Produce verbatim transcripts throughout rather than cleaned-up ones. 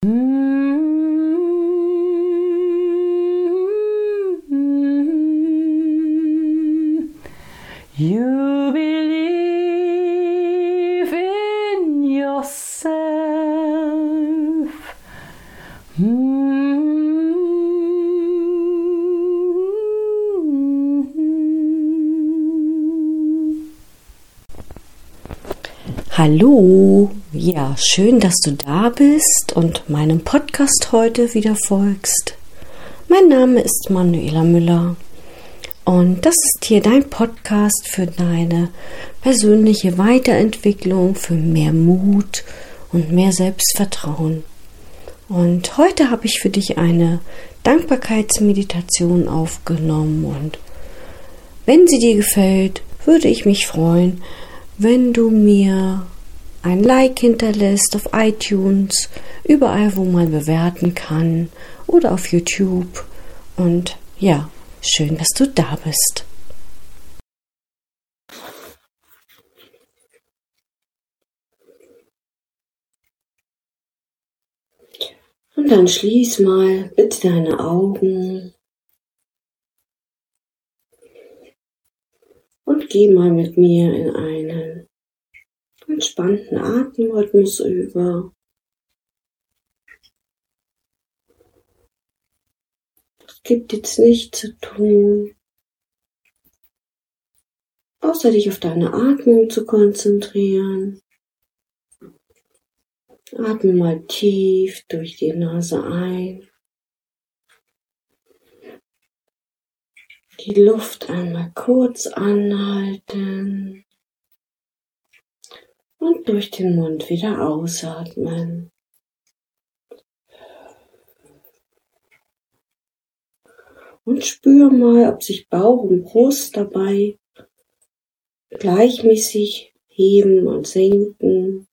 You believe in yourself. Hallo, ja, schön, dass du da bist und meinem Podcast heute wieder folgst. Mein Name ist Manuela Müller und das ist hier dein Podcast für deine persönliche Weiterentwicklung, für mehr Mut und mehr Selbstvertrauen. Und heute habe ich für dich eine Dankbarkeitsmeditation aufgenommen und wenn sie dir gefällt, würde ich mich freuen, wenn du mir ein Like hinterlässt auf iTunes, überall, wo man bewerten kann oder auf YouTube. Und ja, schön, dass du da bist. Und dann schließ mal bitte deine Augen und geh mal mit mir in einen entspannten Atemrhythmus über. Es gibt jetzt nichts zu tun, außer dich auf deine Atmung zu konzentrieren. Atme mal tief durch die Nase ein. Die Luft einmal kurz anhalten und durch den Mund wieder ausatmen. Und spür mal, ob sich Bauch und Brust dabei gleichmäßig heben und senken.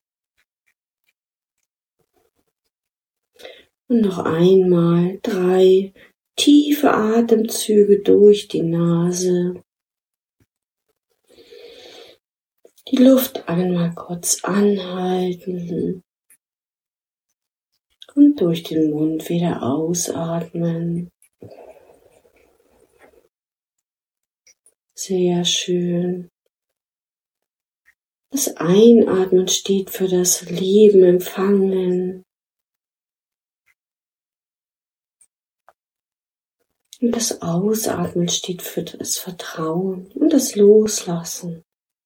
Und noch einmal drei tiefe Atemzüge durch die Nase. Die Luft einmal kurz anhalten und durch den Mund wieder ausatmen. Sehr schön. Das Einatmen steht für das Leben empfangen. Und das Ausatmen steht für das Vertrauen und das Loslassen.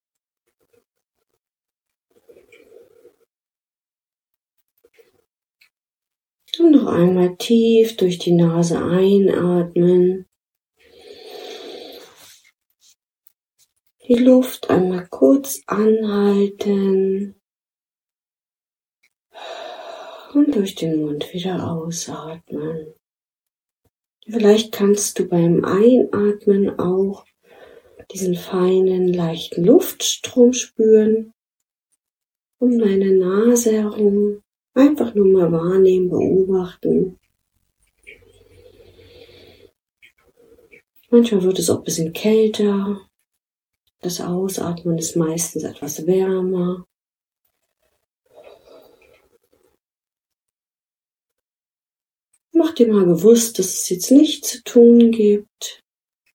Und noch einmal tief durch die Nase einatmen. Die Luft einmal kurz anhalten und durch den Mund wieder ausatmen. Vielleicht kannst du beim Einatmen auch diesen feinen, leichten Luftstrom spüren um deine Nase herum. Einfach nur mal wahrnehmen, beobachten. Manchmal wird es auch ein bisschen kälter. Das Ausatmen ist meistens etwas wärmer. Mach dir mal bewusst, dass es jetzt nichts zu tun gibt.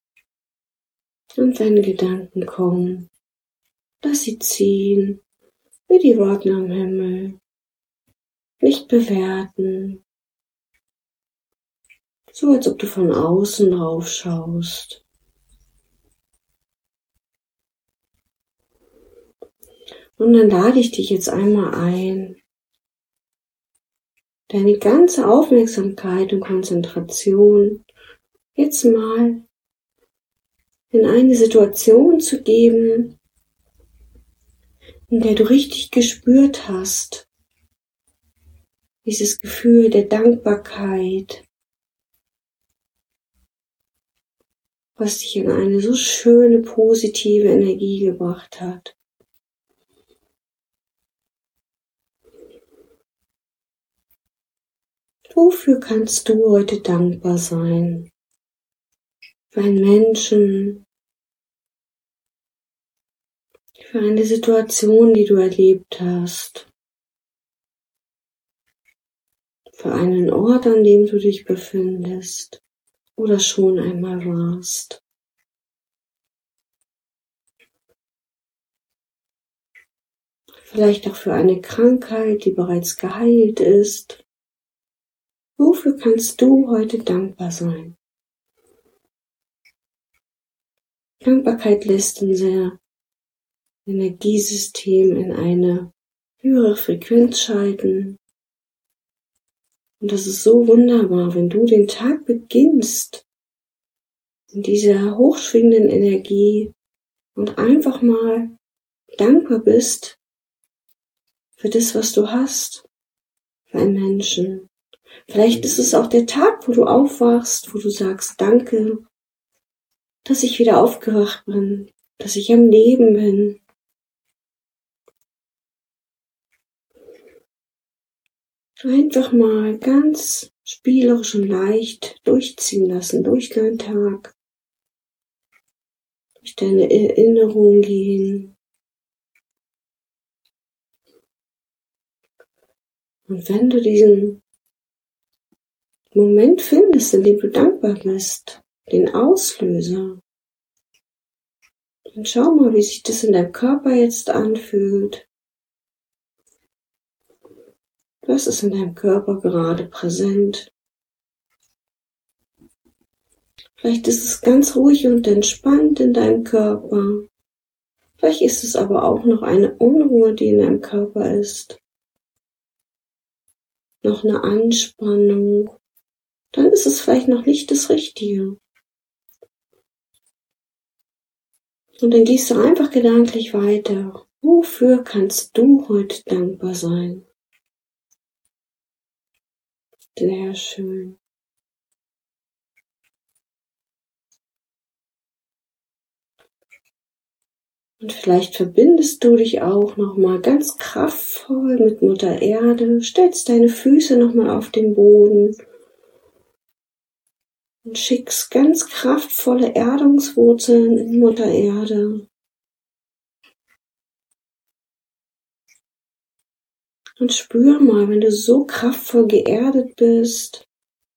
Und wenn Gedanken kommen, lass sie ziehen, wie die Wolken am Himmel. Nicht bewerten. So als ob du von außen drauf schaust. Und dann lade ich dich jetzt einmal ein, deine ganze Aufmerksamkeit und Konzentration jetzt mal in eine Situation zu geben, in der du richtig gespürt hast, dieses Gefühl der Dankbarkeit, was dich in eine so schöne, positive Energie gebracht hat. Wofür kannst du heute dankbar sein? Für einen Menschen, für eine Situation, die du erlebt hast, für für einen Ort, an dem du dich befindest oder schon einmal warst. Vielleicht auch für eine Krankheit, die bereits geheilt ist. Wofür kannst du heute dankbar sein? Dankbarkeit lässt unser Energiesystem in eine höhere Frequenz schalten. Und das ist so wunderbar, wenn du den Tag beginnst in dieser hochschwingenden Energie und einfach mal dankbar bist für das, was du hast, für einen Menschen. Vielleicht ist es auch der Tag, wo du aufwachst, wo du sagst, danke, dass ich wieder aufgewacht bin, dass ich am Leben bin. Einfach mal ganz spielerisch und leicht durchziehen lassen, durch deinen Tag, durch deine Erinnerung gehen. Und wenn du diesen Moment findest, in dem du dankbar bist, den Auslöser, dann schau mal, wie sich das in deinem Körper jetzt anfühlt. Was ist in deinem Körper gerade präsent? Vielleicht ist es ganz ruhig und entspannt in deinem Körper. Vielleicht ist es aber auch noch eine Unruhe, die in deinem Körper ist. Noch eine Anspannung. Dann ist es vielleicht noch nicht das Richtige. Und dann gehst du einfach gedanklich weiter. Wofür kannst du heute dankbar sein? Sehr schön. Und vielleicht verbindest du dich auch nochmal ganz kraftvoll mit Mutter Erde, stellst deine Füße nochmal auf den Boden und schickst ganz kraftvolle Erdungswurzeln in Mutter Erde. Und spür mal, wenn du so kraftvoll geerdet bist,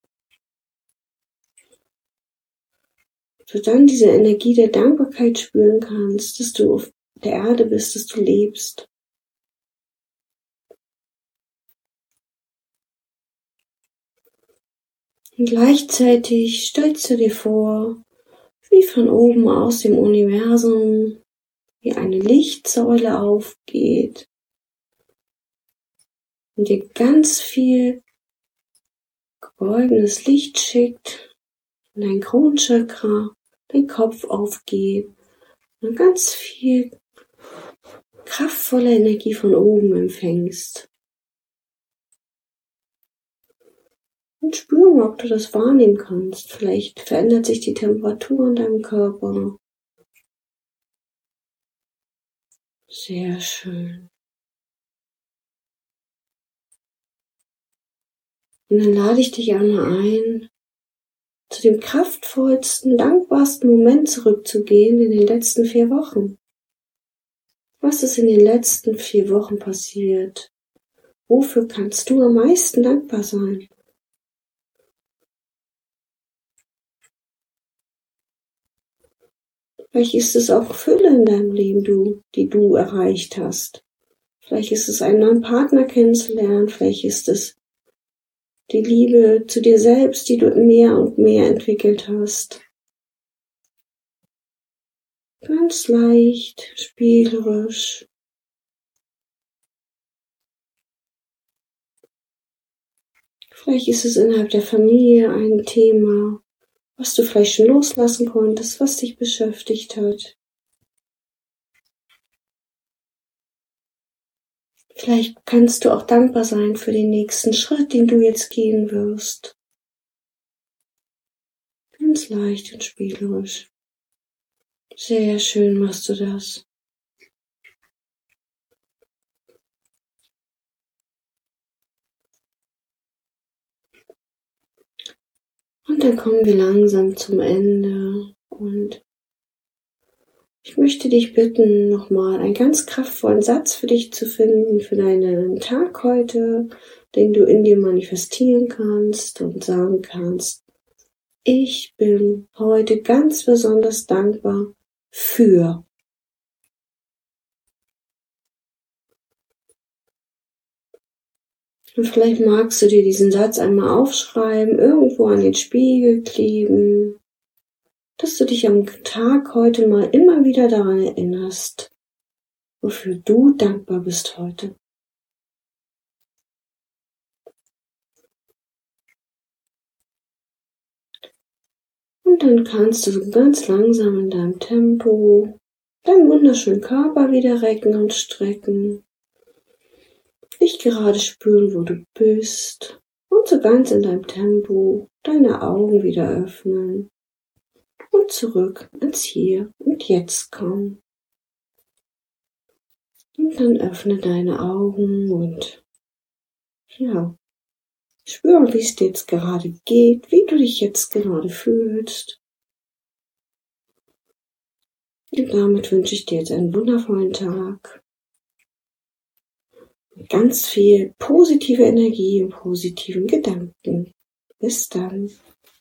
du dann diese Energie der Dankbarkeit spüren kannst, dass du auf der Erde bist, dass du lebst. Und gleichzeitig stellst du dir vor, wie von oben aus dem Universum, wie eine Lichtsäule aufgeht und dir ganz viel goldenes Licht schickt und dein Kronchakra, dein Kopf aufgeht und ganz viel kraftvolle Energie von oben empfängst. Und spür mal, ob du das wahrnehmen kannst. Vielleicht verändert sich die Temperatur in deinem Körper. Sehr schön. Und dann lade ich dich einmal ein, zu dem kraftvollsten, dankbarsten Moment zurückzugehen in den letzten vier Wochen. Was ist in den letzten vier Wochen passiert? Wofür kannst du am meisten dankbar sein? Vielleicht ist es auch Fülle in deinem Leben, du, die du erreicht hast. Vielleicht ist es einen neuen Partner kennenzulernen, vielleicht ist es die Liebe zu dir selbst, die du mehr und mehr entwickelt hast. Ganz leicht, spielerisch. Vielleicht ist es innerhalb der Familie ein Thema, was du vielleicht schon loslassen konntest, was dich beschäftigt hat. Vielleicht kannst du auch dankbar sein für den nächsten Schritt, den du jetzt gehen wirst. Ganz leicht und spielerisch. Sehr schön machst du das. Und dann kommen wir langsam zum Ende und Ich möchte dich bitten, nochmal einen ganz kraftvollen Satz für dich zu finden, für deinen Tag heute, den du in dir manifestieren kannst und sagen kannst: Ich bin heute ganz besonders dankbar für. Und vielleicht magst du dir diesen Satz einmal aufschreiben, irgendwo an den Spiegel kleben, dass du dich am Tag heute mal immer wieder daran erinnerst, wofür du dankbar bist heute. Und dann kannst du so ganz langsam in deinem Tempo deinen wunderschönen Körper wieder recken und strecken, dich gerade spüren, wo du bist, und so ganz in deinem Tempo deine Augen wieder öffnen und zurück ins Hier und Jetzt kommen. Und dann öffne deine Augen und ja, spüre, wie es dir jetzt gerade geht, wie du dich jetzt gerade fühlst. Und damit wünsche ich dir jetzt einen wundervollen Tag. Mit ganz viel positive Energie und positiven Gedanken. Bis dann.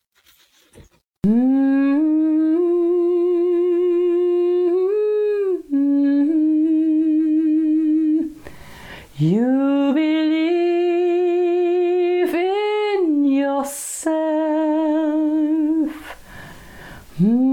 You believe in yourself.